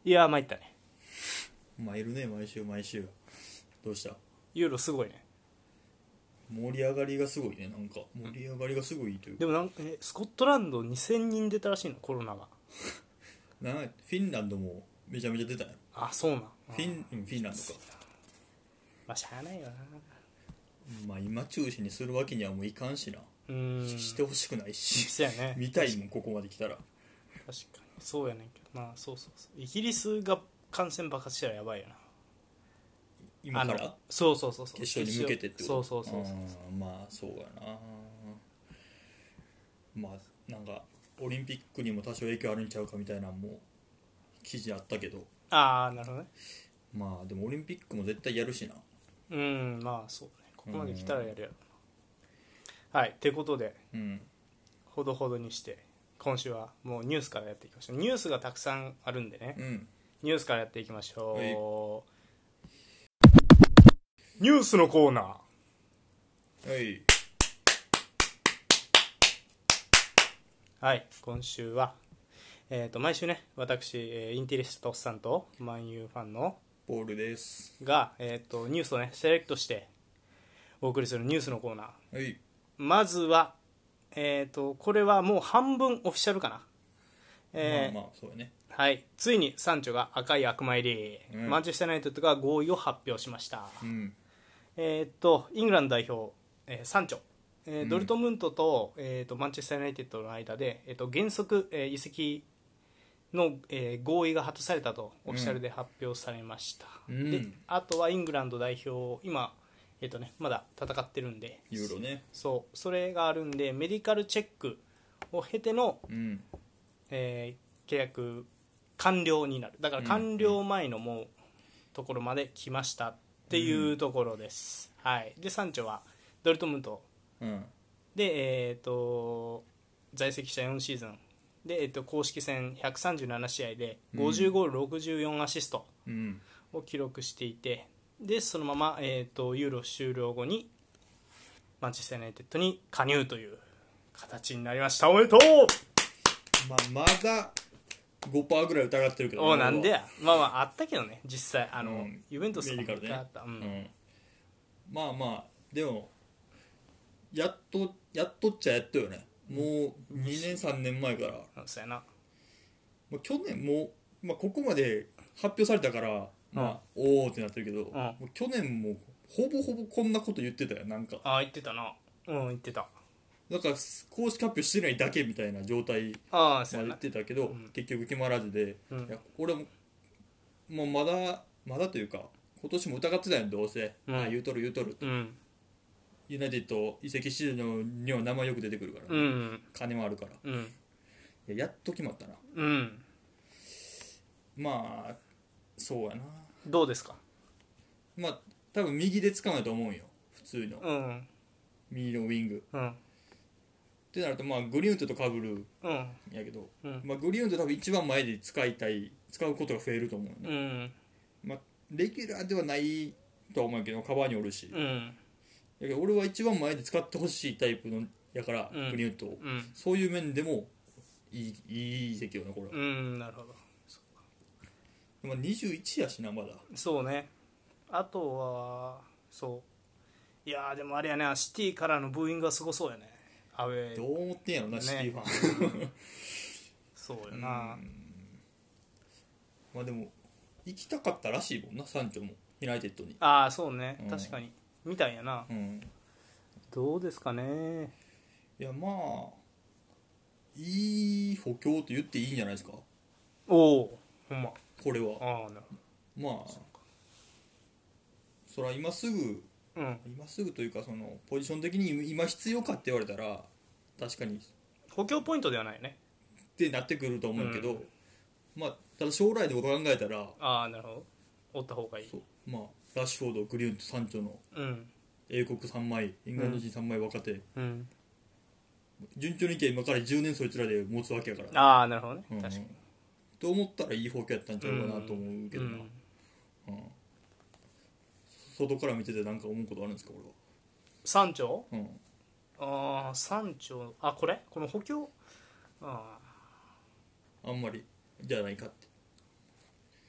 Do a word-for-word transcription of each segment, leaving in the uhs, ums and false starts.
いや参ったね。 参るね、毎週毎週。どうした？ ユーロすごいね。 盛り上がりがすごいね。なんか盛り上がりがすごいというか、 でもなんえスコットランドにせんにん出たらしいの、コロナが。 なフィンランドもめちゃめちゃ出たんや。 あ、そうなん。 フィン、うん、フィンランドか。 まあしゃあないよな。 まあ今中止にするわけにはもういかんしな。 うーん。 してほしくないし。 そうやね。 見たいもん、ここまで来たら。 確かにそうやねんけど、まあそうそうそう。イギリスが感染爆発したらやばいよな。 今からあのそうそうそうそう。 決勝に向けてってこと？ そうそうそうそう。 うん、まあそうやな。まあなんかオリンピックにも多少影響あるんちゃうかみたいなのも記事あったけど、 ああなるほどね。 まあでもオリンピックも絶対やるしな。 うん、まあそうね。ここまで来たらやるやろな。はい、ってことでうん、 ほどほどにして今週はもうニュースからやっていきましょう。ニュースがたくさんあるんでね、 うん、 ニュースからやっていきましょう、 はい、 ニュースのコーナー。 はい、 はい、今週は、えー、と毎週ね私、えーインテリストトスさんとマンユーファンのポールです。 が、えー、とニュースをねセレクトしてお送りするニュースのコーナー。 はい、 まずは、えー、とこれはもう半分オフィシャルかな、えーまあまあそうやね。 はい、ついにサンチョが赤い悪魔入り、 うんマンチェスター・ユナイテッドが合意を発表しました。 うん、 えーっとイングランド代表、えーサンチョ、えーうんドルトムントと、えー、とマンチェスター・ユナイテッドの間で、えー、と原則、えー移籍の、えー合意が果たされたとオフィシャルで発表されました、 うんであとはイングランド代表今、えーとね、まだ戦ってるんでユーロね。 そうそれがあるんでメディカルチェックを経ての、 うん、 えー契約完了になる。だから完了前のもうところまで来ましたっていうところです、はい、でサンチョはドルトムントうんで、えー、と在籍したよんシーズンで、えー、と公式戦ひゃくさんじゅうなな試合でごじゅうゴールろくじゅうよんアシストうんを記録していて、でそのまま、えー、とユーロ終了後にマンチェスター・ユナイテッドに加入という形になりました。おめでとう。 まあまだ ごパーセント ぐらい疑ってるけど、 おなんでや。まあまああったけどね実際あの、 うんユベントスとメディカルでねかも一回あった、うんうんまあまあでもやっとやっとっちゃやっとよね。もうにねんさんねんまえから、 うんそうやな。 まあ、去年も、まあ、ここまで発表されたからまあ、おおってなってるけど、もう去年もほぼほぼこんなこと言ってたよ。なんかああ言ってたな。うん言ってた。 だから公式発表してないだけみたいな状態まで言ああそうやな。 ってたけど、 うん結局決まらずで、 うんいや俺ももうまだまだというか今年も疑ってたよどうせ、 うんああ言うとる言うとるうんユナイテッド移籍してるのには名前よく出てくるから、 うん金もあるから、 うんいや、やっと決まったな。 うんまあそうやな。 どうですか。 まあ多分右で使うんやと思うんよ普通の、 うん右のウィングっうんてなるとまあグリューントと被るうんんやけど、 うんまあ、グリューント多分一番前で使いたい使うことが増えると思うよね、 うんまあ、レギュラーではないとは思うけどカバーにおるし、 うんだけど俺は一番前で使ってほしいタイプのやから、 うんグリューントを、 うんそういう面でもいいいい移籍よねこれは、 うんなるほど。 まあ、にじゅういちやしなまだ。 そうね。あとはそういやーでもあれやねシティからのブーイングがすごそうやね。アウェーどう思ってんやろな、 ねシティファンそうようんな。 まあでも行きたかったらしいもんなサンチョもユナイテッドに。 ああそうね、 うん確かにみたいやな。 うんどうですかね。 いやまあいい補強と言っていいんじゃないですかおおほんま。 これは。 ああなるまあそら今すぐほど。うん今すぐというかそのポジション的に今必要かって言われたら確かにっ補強ポイントではないよね。 てなってくると思うけど、 うんまあただ将来のことを考えたらああなるほど。おった方がいい。 そうまあラッシュフォードグリューンとサンチョのうん英国さんまいイングランド人さんまい若手、 うん順調にいけば今からじゅうねんそいつらで持つわけやから、 ああなるほどね、 うん、 確かに。 と思ったらいい補強やったんちゃうかなと思うけどな、 うんうん外から見てて何か思うことあるんですか俺山頂は、うん、 ああ山頂あこれこの補強ああんまりじゃないかって。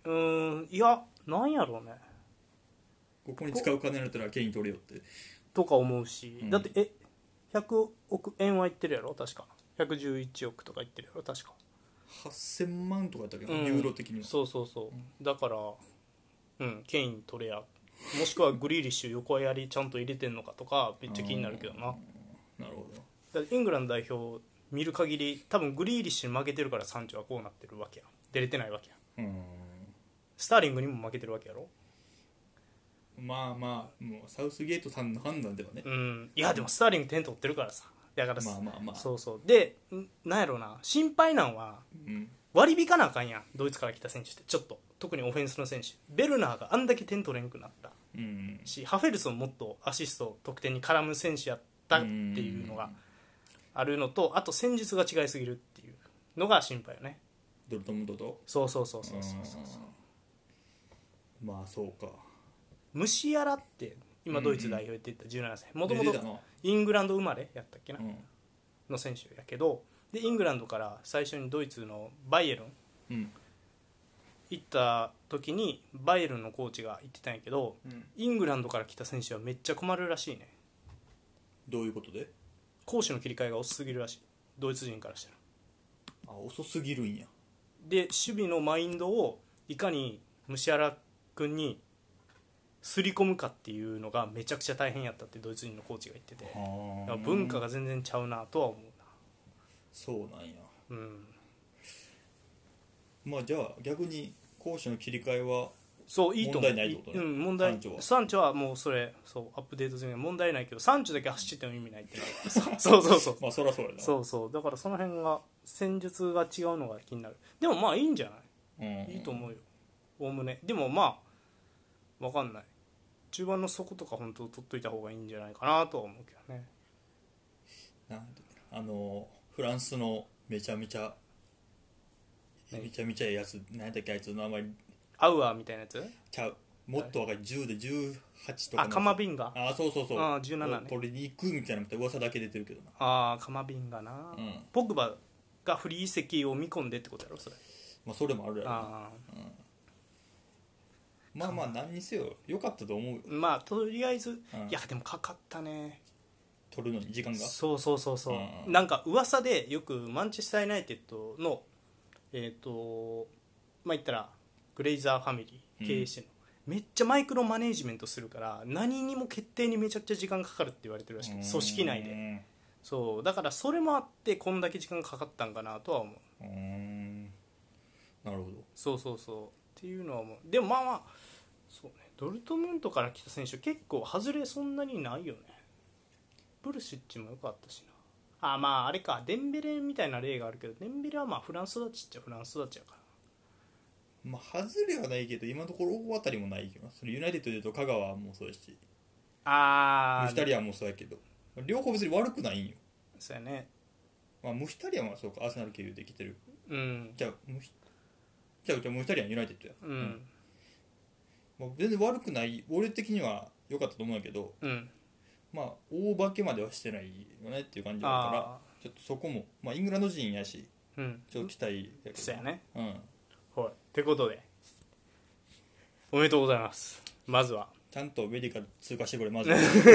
ーんいやなんやろうねここに使う金だったらケイン取れよってとか思うし、 うん、 だってえひゃくおくえんは言ってるやろ確かひゃくじゅういちおくとか言ってるやろ確かはっせんまんとかやったっけど、 うん、 ユーロ的には。 そうそうそう、うん、だからうんケイン取れやもしくはグリーリッシュ横やりちゃんと入れてんのかとかめっちゃ気になるけどな。 なるほど。 だってイングランド代表見る限り多分グリーリッシュに負けてるからサンチョはこうなってるわけや出れてないわけやうんスターリングにも負けてるわけやろ。 まあまあもうサウスゲートさんの判断ではね、 うんいやでもスターリング点取ってるからさだからまあまあまあそうそうでなんやろうな心配なんはうん割り引かなあかんやんドイツから来た選手ってちょっと特にオフェンスの選手ベルナーがあんだけ点取れんくなったうんしハフェルソンもっとアシスト得点に絡む選手やったっていうのがあるのとあと戦術が違いすぎるっていうのが心配よね。 ドルトムントとそうそうそうそうそうそううんまあそうかムシアラって今ドイツ代表って言ったじゅうななさいもともと出てたなイングランド生まれやったっけな、 うんの選手やけどでイングランドから最初にドイツのバイエルンうん行った時にバイエルンのコーチが言ってたんやけどうんイングランドから来た選手はめっちゃ困るらしいね。 どういうことで？ 攻守の切り替えが遅すぎるらしいドイツ人からしたら。 あ遅すぎるんや。 で守備のマインドをいかにムシアラ君にすり込むかっていうのがめちゃくちゃ大変やったってドイツ人のコーチが言っててだから文化が全然ちゃうなとは思うな。 そうなんや。 うんまあじゃあ逆に攻守の切り替えはそういいと思う問題ないってことね。 うん問題サンチョはサンチョはもうそれそうアップデート済みで問題ないけどサンチョだけ走ってても意味ないってなそうそうそうまあそりゃそうやな。 そうそうだからその辺が戦術が違うのが気になる。でもまあいいんじゃない、 うん、 いいと思うよおおむね。でもまあわかんない中盤の底とか本当取っといた方がいいんじゃないかなとは思うけどね。 なんてあのフランスのめちゃめちゃねめちゃめちゃええやつ何だっけあいつの名前アウアーみたいなやつちゃうもっと若いじゅうでじゅうはちとかあのカマビンガあそうそうそうあじゅうななね取りに行くみたいな噂だけ出てるけどな。 あカマビンガな、 うん、 ポグバがフリー移籍を見込んでってことやろそれ。 まあそれもあるやろな。 あまあまあ何にせよ良かったと思うよ、 まあとりあえず、 うん、 いやでもかかったね取るのに時間がそうそうそうそう、 うんなんか噂でよくマンチェスター・ユナイテッドのえっ、とまあ言ったらグレイザーファミリー経営してるの、うん、めっちゃマイクロマネージメントするから何にも決定にめちゃくちゃ時間かかるって言われてるらしい組織内で。そうだからそれもあってこんだけ時間かかったんかなとは思う。 うーんなるほど。 そうそうそうっていうのは思う。でもまあまあそうねドルトムントから来た選手結構外れそんなにないよね。プルシッチも良かったしなあまああれかデンベレみたいな例があるけどデンベレはまあフランス育ちっちゃフランス育ちやからまあ外れはないけど今のところ大当たりもないけどそのユナイテッドでいうと香川もそうやしあムヒタリアンもそうやけど両方別に悪くないんよ。 そうやねまあムヒタリアンはそうかアーセナル経由できてる。 うんじゃあムヒじゃあじゃあムヒタリアンユナイテッドや、 うん、うんまあ、全然悪くない俺的には良かったと思うんやけどうんまあ大化けまではしてないよねっていう感じだからあちょっとそこも、まあ、イングランド人やしーうんちょっと期待やけどそうやねうん、 はいってことでおめでとうございます。まずはちゃんとメディカル通過してくれまず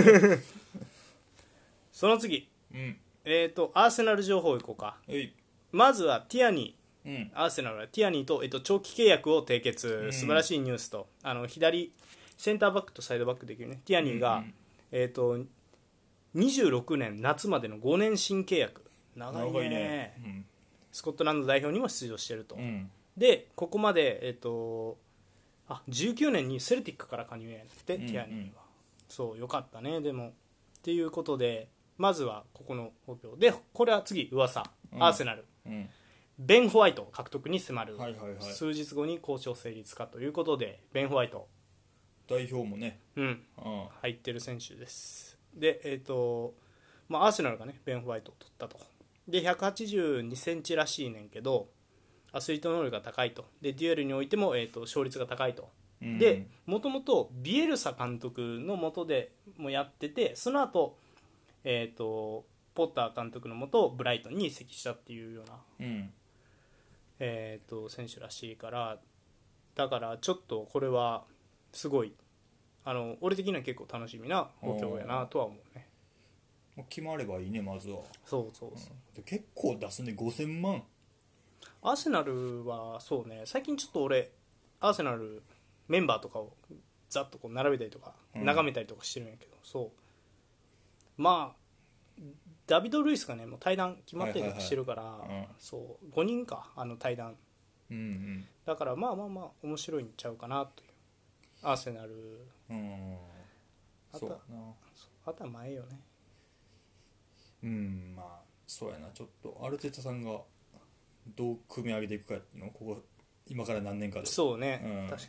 その次うんえっ、とアーセナル情報いこうか。 ういまずはティアニーうんアーセナルはティアニーと、えっと、長期契約を締結、 うん素晴らしいニュースとあの左センターバックとサイドバックできるねティアニーが、 うんうんえっと、にじゅうろくねん夏までのごねん新契約長いね長いねうんスコットランド代表にも出場してると、 うんでここまで、えっと、あじゅうきゅうねんにセルティックから加入やねって、 うんうんティアニーはそうよかったねでもっていうことでまずはここの補強でこれは次噂、 うんアーセナルうんベン・ホワイト獲得に迫る、 はいはいはい数日後に交渉成立かということでベン・ホワイト、 代表もねうん、 あ入ってる選手ですでえっ、と、まあ、アーセナルがねベン・ホワイトを取ったとでひゃくはちじゅうにセンチらしいねんけどアスリート能力が高いとでデュエルにおいても、えー、と勝率が高いと、 うんでもともとビエルサ監督の下でもやっててその後、えー、とポッター監督の下ブライトンに移籍したっていうようなうんえー、と選手らしいからだからちょっとこれはすごいあの俺的には結構楽しみな補強やなとは思うね。 決まればいいねまずは。 そうそうそう、 うん、結構出すねごせんまん。 アーセナルはそうね、最近ちょっと俺アーセナルメンバーとかをざっとこう並べたりとか眺めたりとかしてるんやけど、うん、そうまあダビド・ルイスがねもう対談決まったりとかしてるから、はいはいはい、そうごにんかあの対談、 うんうん、 だからまあまあまあ面白いんちゃうかなというアーセナル、 うん、 あとはあとは前よね。 うんまあそうやな、ちょっとアルテタさんがどう組み上げていくかっていうのをここ今から何年かで。 そうね、 うん、 確か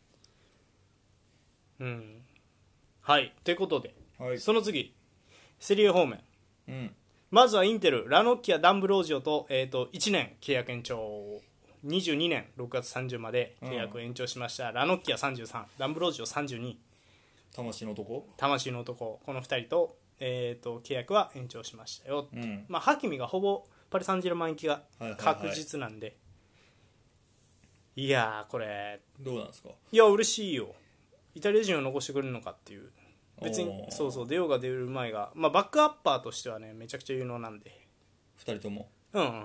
に。うんはいということで、はい、その次セリエ方面、うん、まずはインテルラノッキア・ダンブロージオと、えー、といちねん契約延長にじゅうにねんろくがつさんじゅうまで契約延長しました、うん、ラノッキアさんじゅうさんダンブロージオさんじゅうに、 魂の男魂の男このふたりと、えー、と契約は延長しましたよ、うんまあ、ハキミがほぼパリ・サンジェルマン行きが確実なんで、はいはいはい、いやーこれどうなんですか。 いや嬉しいよ、イタリア人を残してくれるのかっていう。別にそうそう出ようが出る前が、まあ、バックアッパーとしてはねめちゃくちゃ有能なんでふたりともうんうん、うん、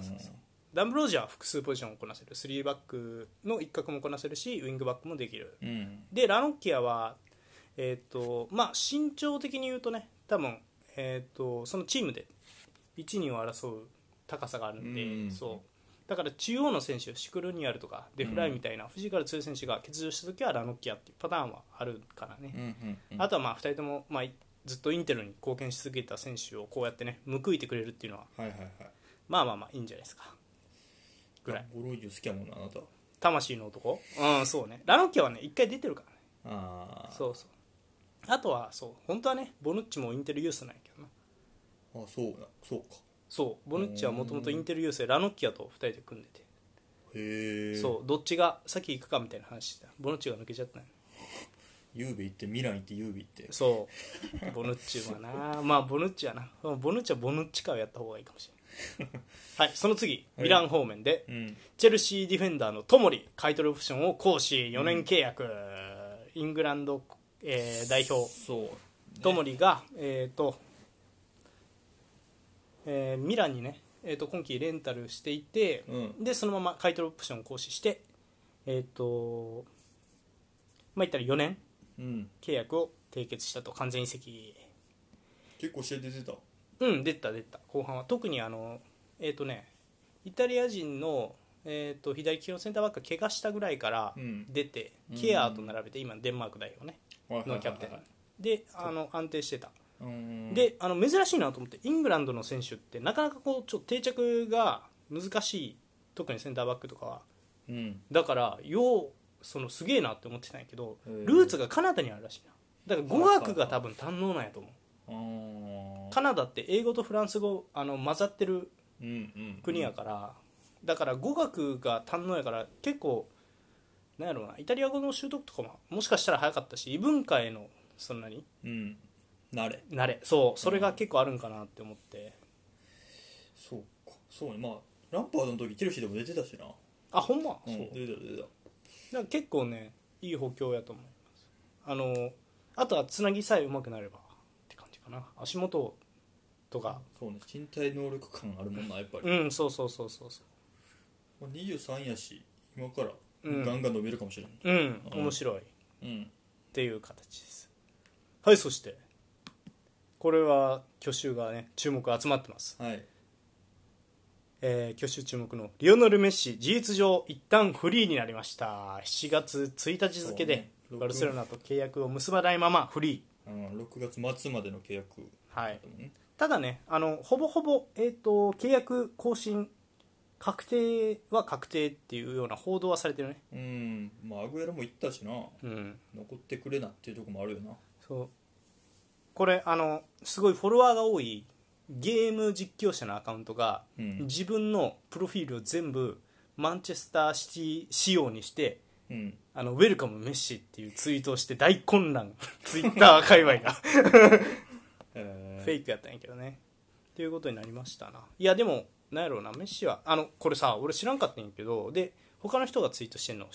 そうそうそう。ダンブロージは複数ポジションをこなせる、スリーバックの一角もこなせるしウィングバックもできる、うん、でラノッキアはえっ、ー、とまあ身長的に言うとね多分えっ、ー、とそのチームでいち、にを争う高さがあるんで、うん、そうだから中央の選手シクルニアルとかデフライみたいな、うん、フィジカル強い選手が欠場した時はラノッキアっていうパターンはあるからね、うんうんうん、あとはまあふたりとも、まあ、ずっとインテルに貢献し続けた選手をこうやってね報いてくれるっていうのは、はいはいはい、まあまあまあいいんじゃないですかぐらい。 ボロイジュ好きやもんなあなた。 魂の男うんそうね、ラノッキアはね一回出てるからね。 あそうそう、あとはそう本当はねボヌッチもインテルユースなんやけどな。あそうなそうか。 そうボヌッチはもともとインテルユースでラノッキアとふたりで組んでて、 へえ。 そうどっちが先行くかみたいな話してた。ボヌッチが抜けちゃったのよ。 ユーベ行ってミラン行ってユーベ行って。 そうボヌッチはなまあボヌッチはなボヌッチはボヌッチカーをやった方がいいかもしれないはいその次ミラン方面で、はいうん、チェルシーディフェンダーのトモリ買い取りオプションを行使よねん契約、うん、イングランド、えー、代表そう、ね、トモリがえっ、ー、とえー、ミランにね、えー、と今季レンタルしていて、うん、でそのまま買い取りオプションを行使してえっ、ー、とまあ言ったらよねん契約を締結したと。完全移籍結構試合出てた。 うん出た出た後半は特にあのえっ、ー、とねイタリア人の、えー、と左利きのセンターバックが怪我したぐらいから出て、うん、ケアーと並べて今デンマーク代表ね、うん、のキャプテン、はいはいはい、であの安定してた。であの珍しいなと思ってイングランドの選手ってなかなかこうちょっと定着が難しい、特にセンターバックとかは、うん、だからようそのすげえなって思ってたんやけどルーツがカナダにあるらしいな。だから語学が多分堪能なんやと思う。カナダって英語とフランス語あの混ざってる国やから、うんうんうん、だから語学が堪能やから結構なんやろうなイタリア語の習得とかももしかしたら早かったし異文化へのそんなに、うん慣れ慣れそうそれが結構あるんかなって思って、うん、 そうかそうね。まあランパードの時チェルシーでも出てたしな。 あほんま、 うん、 そう出てた出てた。だから結構ねいい補強やと思います。あのあとはつなぎさえ上手くなればって感じかな。足元とかそうね身体能力感あるもんなやっぱり。 うんそうそうそうそうそう、 まあ、にじゅうさんやし今からガンガン伸びるかもしれない。 うん、うん、面白い、うん、っていう形です。はいそしてこれは去就がね注目集まってます、はいえー、去就注目のリオネル・メッシ事実上一旦フリーになりました。しちがつついたち付で、ね、バルセロナと契約を結ばないままフリー、うん、ろくがつまつまでの契約、 はい、ただねあのほぼほぼ、えーと、契約更新確定は確定っていうような報道はされてるね。 うんまあアグエロも言ったしな、うん、残ってくれなっていうところもあるよな。 そうこれあのすごいフォロワーが多いゲーム実況者のアカウントが、うん、自分のプロフィールを全部マンチェスターシティ仕様にして、うん、あのウェルカムメッシっていうツイートをして大混乱ツイッター界隈がえー、フェイクやったんやけどねっていうことになりましたな。いやでもなんやろうなメッシはあのこれさ俺知らんかったんやけどで他の人がツイートしてんの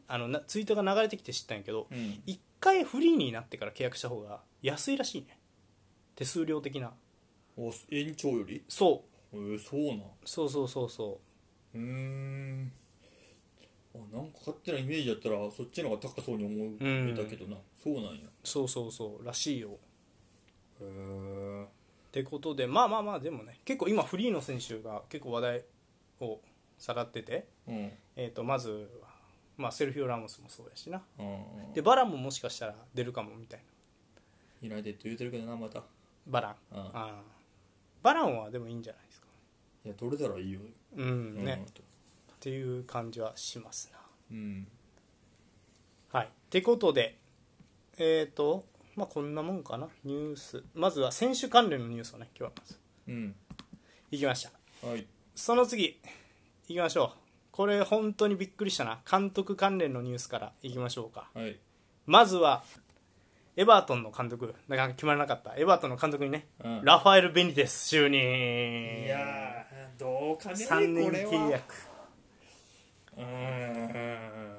あのなツイートが流れてきて知ったんやけど、 うん、 一回フリーになってから契約した方が安いらしいね、手数料的な。 お延長よりそうえー、そうなんそうそうそうそううーんあなんか勝手なイメージだったらそっちの方が高そうに思えたけどな、そうなんや。 そうそうそうらしいよ。 へえってことでまあまあまあでもね結構今フリーの選手が結構話題をさらってて、 うんえー、とまず、まあ、セルフィオ・ラモスもそうやしな、 うんでバランももしかしたら出るかもみたいな。 ユナイテッド言うてるけどなまたバランうんああバランはでもいいんじゃないですか。 いや取れたらいいようんね、 うんっていう感じはしますな。 うんはいってことでえっ、ー、とまあこんなもんかな。ニュースまずは選手関連のニュースをね今日はまずうんいきました。 はいその次いきましょう。これ本当にびっくりしたな。監督関連のニュースからいきましょうか。 はいまずはエバートンの監督なかなか決まらなかったエバートンの監督にね、 うんラファエル・ベニテス就任。 いやーどうかねさんねんこれは契約。 うーん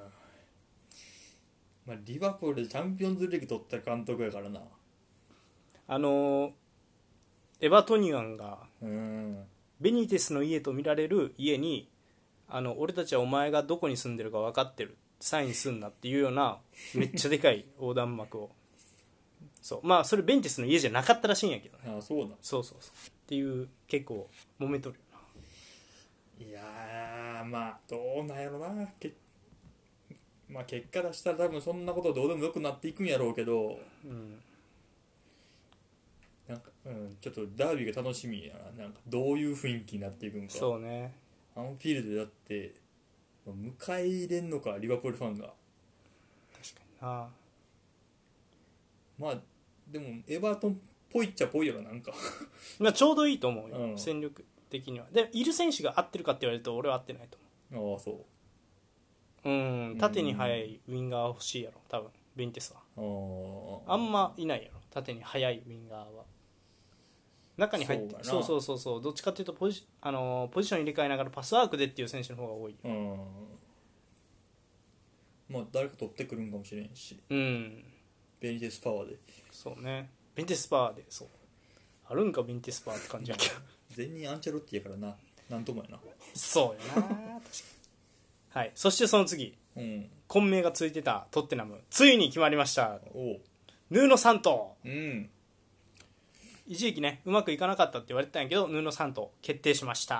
まあリバプールでチャンピオンズリーグ取った監督やからなあのーエバートニアンがうんベニテスの家と見られる家にあの俺たちはお前がどこに住んでるか分かってるサインすんなっていうようなめっちゃでかい横断幕をそうまあそれベニテスの家じゃなかったらしいんやけどね。 あそうだそうそうそうっていう結構揉めとるよな。 いやーまあどうなんやろなけまあ結果出したら多分そんなことどうでもよくなっていくんやろうけどうんなんか、うん、ちょっとダービーが楽しみやな。なんかどういう雰囲気になっていくんかそうねあのフィールドでだって迎え入れんのかリバプールファンが確かにな。 まあでもエバートンっぽいっちゃぽいやろなんかまあちょうどいいと思うよ、 うん戦力的には。でいる選手が合ってるかって言われると俺は合ってないとああそう思う。うん縦に速いウィンガー欲しいやろ多分ベニテスは。 ああんまいないやろ縦に速いウィンガーは。中に入ってそうそうそうそうそうどっちかっていうとポジ、あのーポジション入れ替えながらパスワークでっていう選手の方が多いよ。 うんまあ誰か取ってくるんかもしれんしうんベニテスパワーでそうねベニテスパワーでそうあるんかベニテスパワーって感じやけど前任アンチェロッティやからななんともやなそうやな確かに。はいそしてその次うん混迷がついてたトッテナムついに決まりました。 おうヌーノ・サントうん一時期ねうまくいかなかったって言われてたんやけどヌーノ・サント決定しました。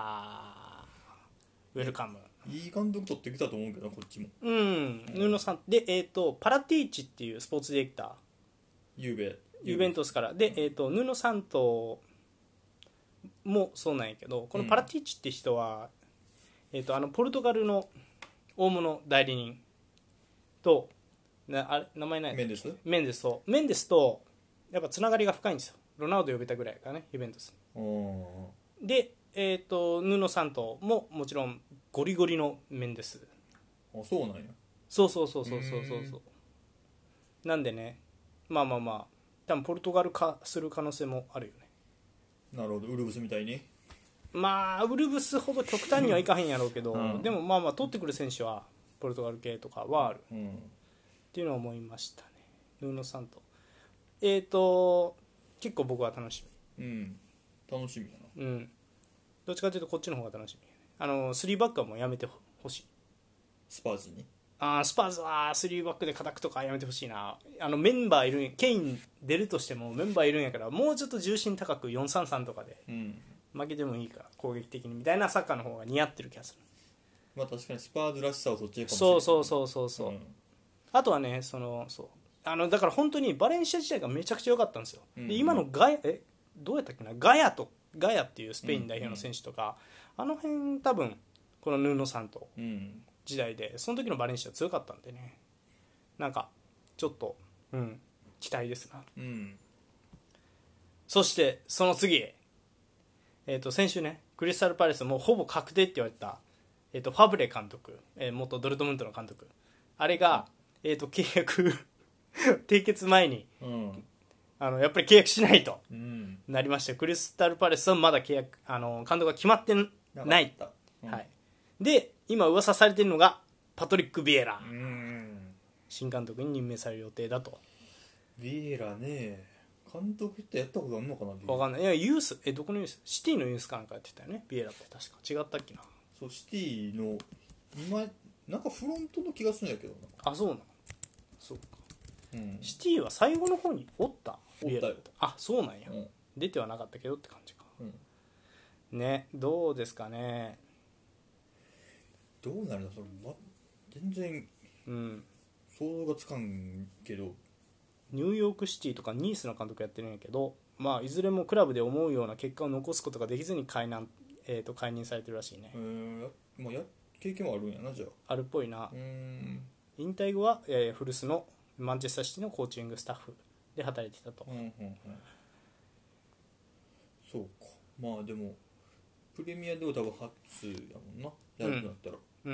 ウェルカム。 いい監督取ってきたと思うけどこっちもうんヌーノ・サントで、えー、とパラティーチっていうスポーツディレクターゆうべユベントスからで、えー、とヌーノ・サントもそうなんやけどこのパラティーチって人は、えー、とあのポルトガルの大物代理人となあれ名前ないメンデスメンデスとメンデスとやっぱつながりが深いんですよ。ロナウド呼べたぐらいからねユベントスおで、えー、とヌーノ・サントももちろんゴリゴリのメンデス。 あそうなんやそうそうそうそうそうそうそうなんでねまあまあまあ多分ポルトガル化する可能性もあるよね。 なるほどウルブスみたいにまあウルブスほど極端にはいかへんやろうけど、 うんでもまあまあ取ってくる選手はポルトガル系とかはあるうんっていうのを思いましたね。ヌーノ・サントえーと結構僕は楽しうん楽しみやなみうんどっちかというとこっちの方が楽しみ。あのスリーバックはもうやめてほしい。 スパーズにあースパーズはスリーバックで固くとかやめてほしいな。あのメンバーいるんやケイン出るとしてもメンバーいるんやからもうちょっと重心高く よんさんさん とかでうん負けてもいいから攻撃的にみたいなサッカーの方が似合ってる気がする。 まあ確かにスパーズらしさはそっちかもしれないそうそうそうそうそう、 うんあとはねそのそうあのだから本当にバレンシア自体がめちゃくちゃ良かったんですよ、 うんで今のガヤえどうやったっけなガヤとガヤっていうスペイン代表の選手とか、あの辺多分このヌーノさんとうん時代でその時のバレンシア強かったんでねなんかちょっとうん期待ですな。 うんそしてその次えー、と先週ねクリスタルパレスもうほぼ確定って言われた、えー、とファブレ監督、えー、元ドルトムントの監督あれが、えー、と契約締結前にうんあのやっぱり契約しないとうんなりました。クリスタルパレスはまだ契約あの監督が決まってない、 うんはい、で今噂されているのがパトリック・ビエラ、 うん新監督に任命される予定だと。 ビエラね、監督ってやったことあるのかな。 分かんない。いやユース、えどこのユース、シティのユースかなんかやってたよね、ビエラって。確か違ったっけな。 そう、シティの今なんかフロントの気がするんやけどな。 あ、そうなの。そうか、 うん、 シティは最後の方におったビエラおったよ。 あ、そうなんや、 うん、 出てはなかったけどって感じか、 うん、 ね。どうですかね。 どうなるのその、ま、全然うん想像がつかんけど。 ニューヨークシティとかニースの監督やってるんやけど、まあ、いずれもクラブで思うような結果を残すことができずに解任、えー、と解任されてるらしいね。 えーやまあ、や経験はあるんやなじゃあ。 あるっぽいな。 うーん、 引退後は、えー古巣のマンチェスターシティのコーチングスタッフで働いていたと。 うんうんうん、そうか。まあでもプレミアでは多分初やもんな、やるんだったら。 うん、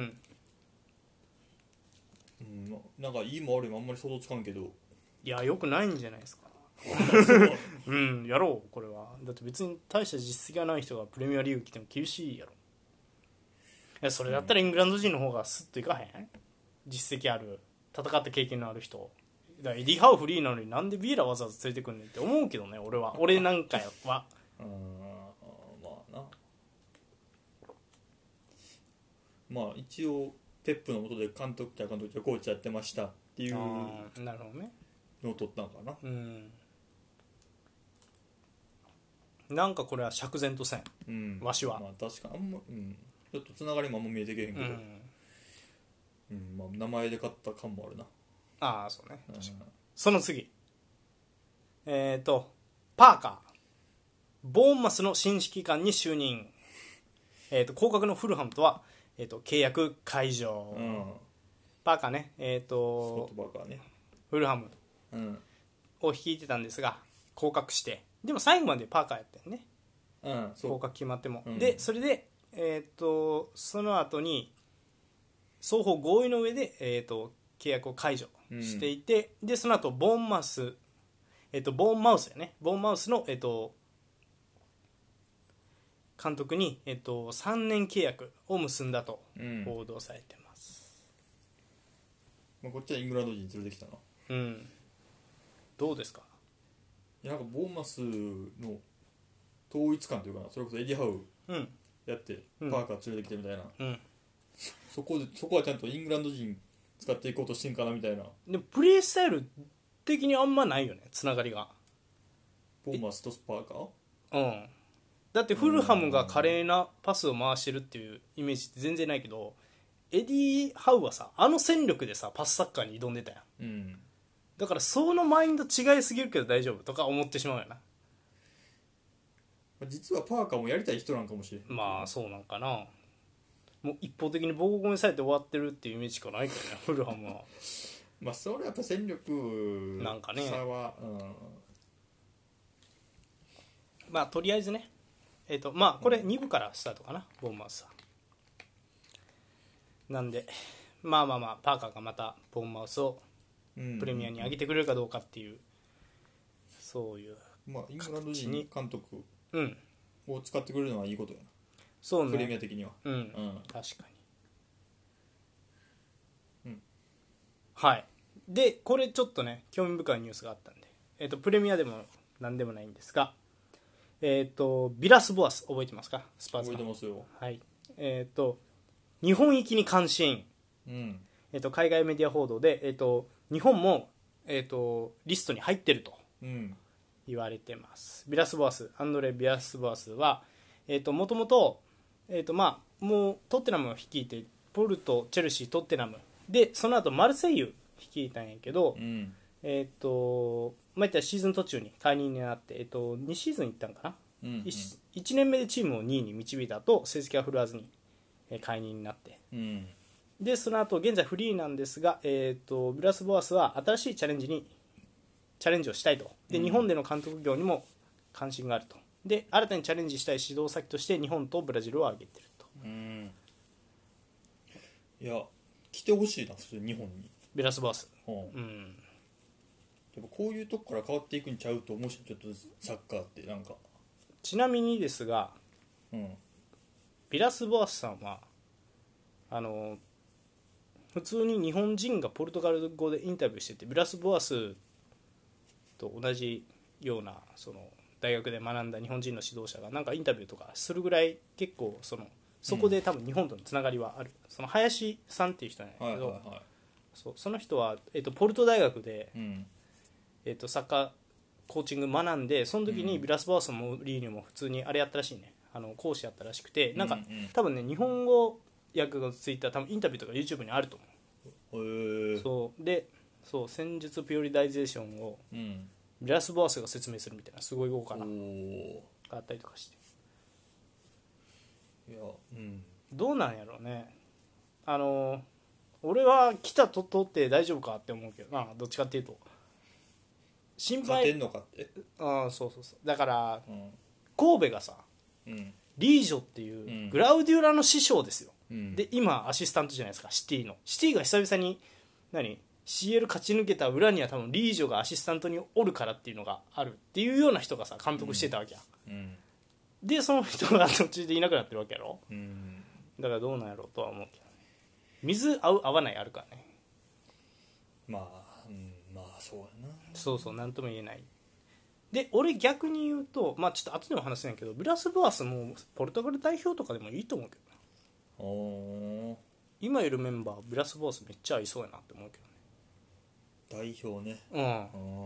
うん、まあ、なんかいいも悪いもあんまり想像つかんけど。 いやよくないんじゃないですか。うんやろうこれは。だって別に大した実績がない人がプレミアリーグ来ても厳しいやろ。いやそれだったらイングランド人の方がスッといかへん。実績ある、戦った経験のある人だから。エディ・ハウフリーなのになんでビエラわざわざ連れてくんねんって思うけどね、俺は。俺なんかはうーん、まあな。まあ一応ペップの下で監督じゃ監督じゃコーチやってましたっていうのあなるほどね。 を取ったのかな。 うんなんかこれは釈然とせん、 うん、 わしは。 まあ確かあんま、うん、ちょっとつながりもあんま見えてけへんけど、 うん、 うんまあ、名前で買った感もあるな。 ああそうね、 うん、 その次えっ、ー、とパーカー、ボーンマスの新指揮官に就任。えー、と降格のフルハムとは、えー、と契約解除、 うん、 パーカーね、えー、 スコとットバーカーね。 フルハムうんを率いてたんですが降格して、でも最後までパーカーやったよね、 うん、そう降格決まっても、 うん、 でそれで、えー、とその後に双方合意の上で、えー、と契約を解除していて、うん、でその後ボーンマス、えー、とボーンマウスやね、ボーンマウスの、えー、と監督に、えー、とさんねん契約を結んだと報道されてます、 うんまあ、こっちはイングランド人連れてきたな。 うん、どうですか。 いやなんかボーマスの統一感というかな、それこそエディ・ハウやって、 うん、 パーカー連れてきてみたいな、 うん、 そこでそこはちゃんとイングランド人使っていこうとしてんかなみたいな。 でもプレースタイル的にあんまないよね、つながりが。 ボーマスとスパーカー、 うん、だってフルハムが華麗なパスを回してるっていうイメージって全然ないけど、エディ・ハウはさあの戦力でさパスサッカーに挑んでたやん、 うん、 だからそのマインド違いすぎるけど大丈夫とか思ってしまうよな。 実はパーカーもやりたい人なんかもしれん。 まあそうなんかな。もう一方的にボコボコにされて終わってるっていうイメージしかないけどねフルハムは。 まあそれはやっぱ戦力なんかね差は、うん、 まあとりあえずね、えーとまあこれに部からスタートかな、ボーンマウスは。なんでまあまあまあパーカーがまたボーンマウスをプレミアに上げてくれるかどうかっていう、そういう、 まあイングランド人監督うんを使ってくれるのはいいことやな、 そうね、 プレミア的には。 うん、 うん、 確かに、 うん、 はいでこれちょっとね興味深いニュースがあったんで、えーとプレミアでも何でもないんですが、えーとビラス・ボアス覚えてますか、スパーズの。 覚えてますよ。 はいえーと日本行きに関心、 うんえーと海外メディア報道で、えーと日本も、えーとリストに入ってるとうん言われてます。ビラス・ボアス、アンドレ・ビラス・ボアスは、えーともともと、えーとまあ、もうトッテナムを率いてポルト、チェルシー、トッテナムでその後マルセイユ率いたんやけど、 うんえっ、とまあ、いったらシーズン途中に解任になって、えー、とにシーズン行ったんかな、 うんうん、 いちねんめでチームをにいに導いた後成績は振るわずに解任になって、 うんでその後現在フリーなんですが、えー、とビラス・ボアスは新しいチャレンジにチャレンジをしたいと。で、 うん、 日本での監督業にも関心があると。で新たにチャレンジしたい指導先として日本とブラジルを挙げてると。 うん、いや来てほしいな普通日本に。 ビラス・ボアス、 うん、 うん、 やっぱこういうとこから変わっていくんちゃうと思うし、ちょっとサッカーってなんか、 ちなみにですが、 うん、 ビラス・ボアスさんはあの普通に日本人がポルトガル語でインタビューしてて、ビラス・ボアスと同じようなその大学で学んだ日本人の指導者がなんかインタビューとかするぐらい結構そのそこで多分日本とのつながりはある、うん、その林さんっていう人なんだけど、はいはいはい、そうその人は、えっと、ポルト大学で、うんえっと、サッカーコーチング学んで、その時にビラス・ボアスもリーニョも普通にあれやったらしいね、あの講師やったらしくて、なんか、うんうん、多分ね日本語訳がついた多分インタビューとか YouTube にあると思う。へー。そうでそう戦術ピオリダイゼーションを、うん、ビラス・ボアスが説明するみたいなすごい豪華ながあったりとかして、いや、うん、どうなんやろうね。あの俺は来たととって大丈夫かって思うけどな、どっちかっていうと心配。 勝てんのかって。 ああそうそうそう。だから、うん、神戸がさ、うん、リージョっていう、うん、グラウディオラの師匠ですよ、うん、で今アシスタントじゃないですか、シティの。シティが久々に何 シーエル 勝ち抜けた裏には多分リージョがアシスタントにおるからっていうのがあるっていうような人がさ監督してたわけや、うんうん、でその人が途中でいなくなってるわけやろ、うん、だからどうなんやろうとは思うけどね。水合う合わないあるからね。 まあ、うん、まあそうやな。 そうそう、なんとも言えない。で俺逆に言うと、まあちょっと後でも話せないけど、ビラス・ボアスもポルトガル代表とかでもいいと思うけどな。お今いるメンバービラス・ボアスめっちゃ合いそうやなって思うけどね。 代表ね。 うん。あ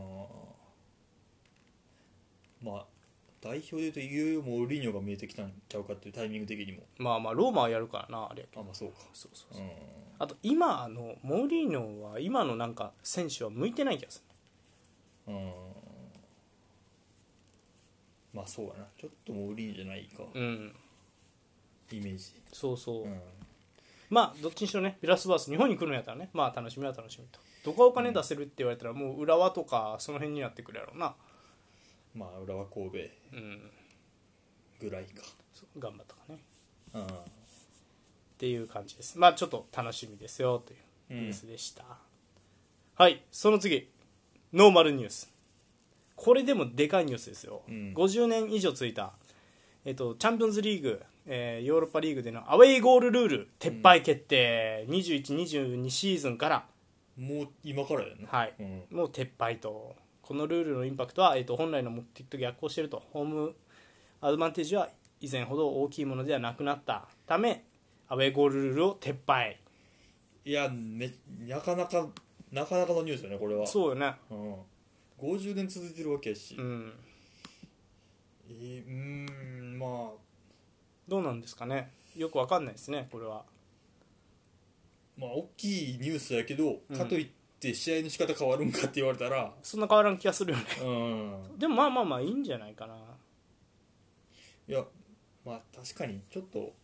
まあ代表でいうといよいよもうリーニョが見えてきたんちゃうかっていうタイミング的にも。 まあまあローマはやるからなあれやけど。 あまあそうか。 そうそうそう。あと今のモーリーニョは今のなんか選手は向いてない気がする。うん。 まあそうやな、ちょっとモーリーニョじゃないか、うん、イメージ。 そうそう、うん、まあどっちにしろねビラス・ボアス日本に来るんやったらね、まあ楽しみは楽しみと。どこがお金出せるって言われたら、もう浦和とかその辺になってくるやろうな。 まあ浦和神戸ぐらいか、 うん、頑張ったかね、うん、っていう感じです。まあちょっと楽しみですよというニュースでした、うん、はい。その次ノーマルニュース。これでもでかいニュースですよ、うん、ごじゅうねん以上続いた、えっと、チャンピオンズリーグ、えー、ヨーロッパリーグでのアウェイゴールルール撤廃決定、うん、にじゅういち、にじゅうにシーズンからもう今からやな、 はい、うん、もう撤廃と。このルールのインパクトは、えっと、本来の目的と逆行していると。ホームアドバンテージは以前ほど大きいものではなくなったためアウェイゴールルールを撤廃。 いやめなかなかなかなかのニュースよねこれは。 そうよね、 うんごじゅうねん続いてるわけやし、うんえー、うーんまあどうなんですかね、よくわかんないですねこれは。 まあ大きいニュースやけど、うん、かといって試合の仕方変わるんかって言われたらそんな変わらん気がするよね、うん、でもまあまあまあいいんじゃないかな。 いやまあ確かにちょっと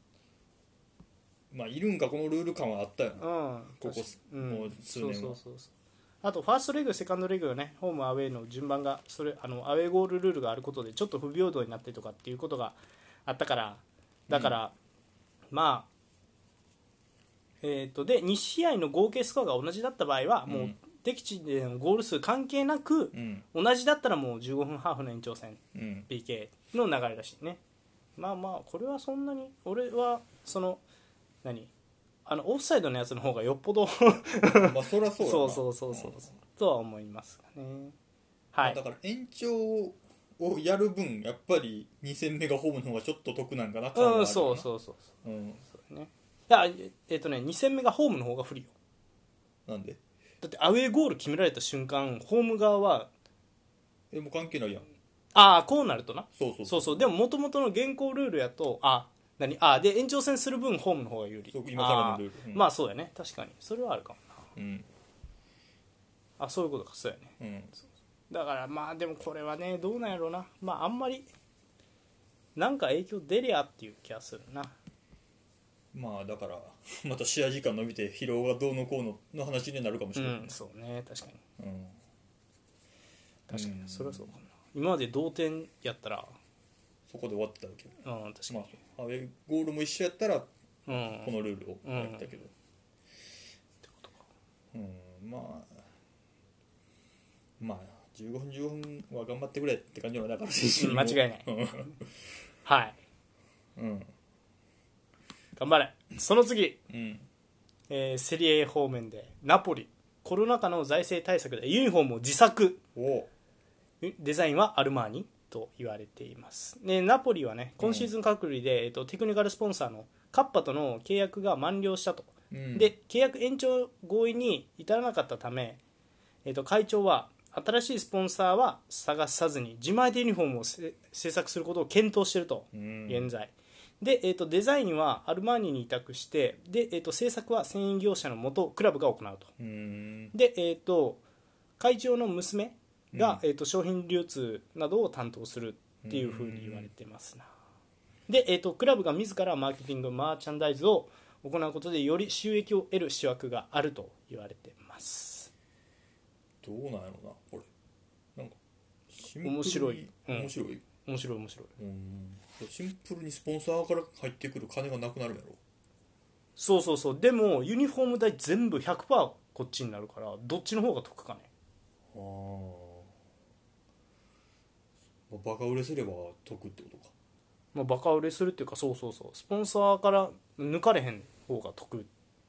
まあいるんかこのルール感はあったよな、うん、ここ、うん、もう数年は。そうそうそうそう。 あとファーストレグセカンドレグがねホームアウェイの順番がそれあのアウェイゴールルールがあることでちょっと不平等になってとかっていうことがあったからだから、うん、まあえっとでに試合の合計スコアが同じだった場合は、うん、もう敵地でのゴール数関係なく、うん、同じだったらもうじゅうごふんハーフの延長戦、うん、ピーケー の流れらしいね。まあまあこれはそんなに俺はその何あのオフサイドのやつの方がよっぽどまあそりゃそうやなそうそうそうそう、うん、とは思いますかね。はい、 だから延長をやる分やっぱりに戦目がホームの方がちょっと得なんかな感はあるよな。うんそうそうそうそう、うん、そうね。いやえっとねに戦目がホームの方が不利よ。 なんで？ だってアウェーゴール決められた瞬間ホーム側はえもう関係ないやん。 ああこうなるとな。 そうそうそうそうそう。でも元々の現行ルールやとあ何あで延長戦する分ホームの方が有利。そう今からのルール、うん、まあそうやね確かにそれはあるかもな、うん、あそういうことかそうやね、うん、だからまあでもこれはねどうなんやろうな。まああんまりなんか影響出りゃっていう気がするな。 まあだからまた試合時間伸びて疲労がどうのこうのの話になるかもしれない、 うん、そうね確かに、うん、確かにそれはそうかな。今まで同点やったらそこで終わってたわけ、 うん、確かに、まあ、アウェーゴールも一緒やったら、うん、このルールをやったけど、うん、ってことか、うん、まあまあじゅうごふんじゅうごふんは頑張ってくれって感じはだから選手にも、 うん、間違いないはい、うん、頑張れ。その次、うんえー、セリエ方面でナポリコロナ禍の財政対策でユニフォームを自作、 おデザインはアルマーニと言われています。でナポリはね今シーズン隔離で、えー、とテクニカルスポンサーのカッパとの契約が満了したと、うん、で契約延長合意に至らなかったため、えー、と会長は新しいスポンサーは探さずに自前でユニフォームを制作することを検討していると、うん、現在で、えー、とデザインはアルマーニに委託してで、えー、と制作は専営業者のもとクラブが行うと、うん、で、えー、と会長の娘が、うんえー、と商品流通などを担当するっていうふうに言われてますな。で、えー、とクラブが自らマーケティングマーチャンダイズを行うことでより収益を得る思惑があると言われてます。 どうなんやろなこれなんかシンプルに面白い、 うん、面白い面白い面白いうんシンプルにスポンサーから入ってくる金がなくなるやろ。 そうそうそう。でもユニフォーム代全部 ひゃくパーセント こっちになるからどっちの方が得かね。 ああバカ売れすれば得ってことか。 まあ、バカ売れするっていうかそうそうそうスポンサーから抜かれへん方が得。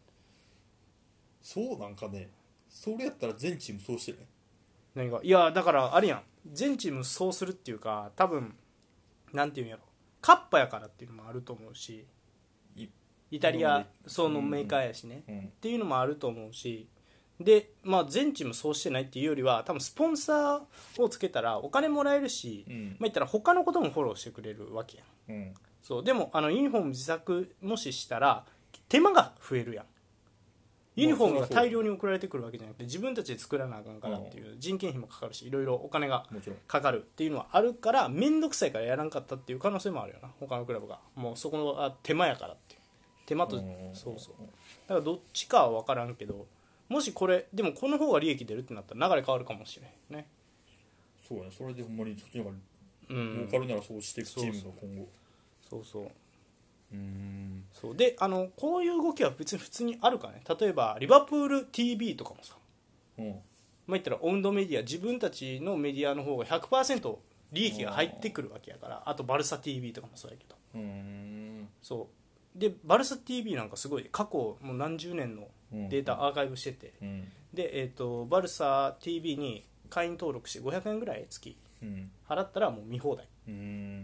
そうなんかね。それやったら全チームそうしてね。 何がいやだからあれやん全チームそうするっていうか多分なんていうんやろカッパやからっていうのもあると思うしイタリアそのメーカーやしね、うんうん、っていうのもあると思うしで、まあ、全チームそうしてないっていうよりは多分スポンサーをつけたらお金もらえるし、うんまあ、言ったら他のこともフォローしてくれるわけやん、うん、そうでもあのユニフォーム自作もししたら手間が増えるやん。ユニフォームが大量に送られてくるわけじゃなくて自分たちで作らなあかんからっていう人件費もかかるしいろいろお金がかかるっていうのはあるから面倒くさいからやらんかったっていう可能性もあるよな他のクラブがもうそこのあ手間やからっていう手間とそうそうだからどっちかは分からんけどもしこれでもこの方が利益出るってなったら流れ変わるかもしれないね。 そうやそれでほんまにそっちの方が儲かるならそうしていくチームが今後そうそううーんそうであのこういう動きは別に普通にあるからね。例えばリバプール ティービー とかもさ、うんまあ、言ったらオウンドメディア自分たちのメディアの方が ひゃくパーセント 利益が入ってくるわけやからあとバルサ ティービー とかもそうやけどうーんそうでバルサ ティービー なんかすごい過去もう何十年のデータアーカイブしてて、うん、で、えーと、バルサ ティービー に会員登録してごひゃくえんぐらい月払ったらもう見放題、うん、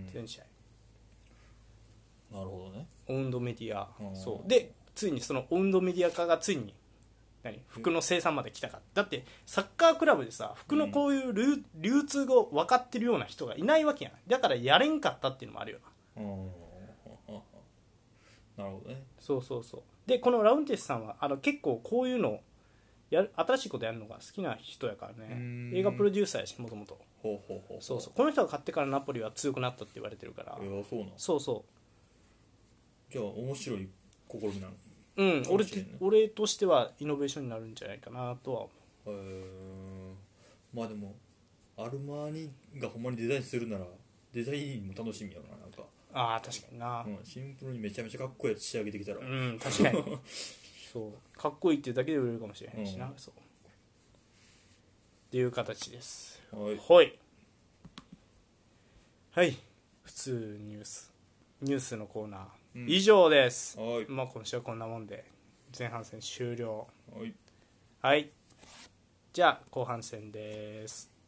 全試合なるほどね。 オウンドメディアそうでついにそのオウンドメディア化がついに何服の生産まで来たか。だってサッカークラブでさ服のこういう流、うん、流通が分かってるような人がいないわけやん。だからやれんかったっていうのもあるよな。うんなるほどね。 そうそうそうでこのラウンテスさんはあの結構こういうのやる新しいことやるのが好きな人やからね。映画プロデューサーやしもともとそうそうこの人が買ってからナポリは強くなったって言われてるから。 いやそうなんそうそうじゃあ面白い試みなの。 うん、俺, 俺としてはイノベーションになるんじゃないかなとは思う。へーまあでもアルマーニがほんまにデザインするならデザインも楽しみやな。なんかああ確かにな、 うん、シンプルにめちゃめちゃかっこいいやつ仕上げてきたらうん確かにそうかっこいいっていうだけで売れるかもしれへんしな、うん、そうっていう形です。 はいはい、はい、普通ニュースニュースのコーナー、うん、以上です。 はい、 まあ、今週はこんなもんで前半戦終了。 はい、 はい、じゃあ後半戦です。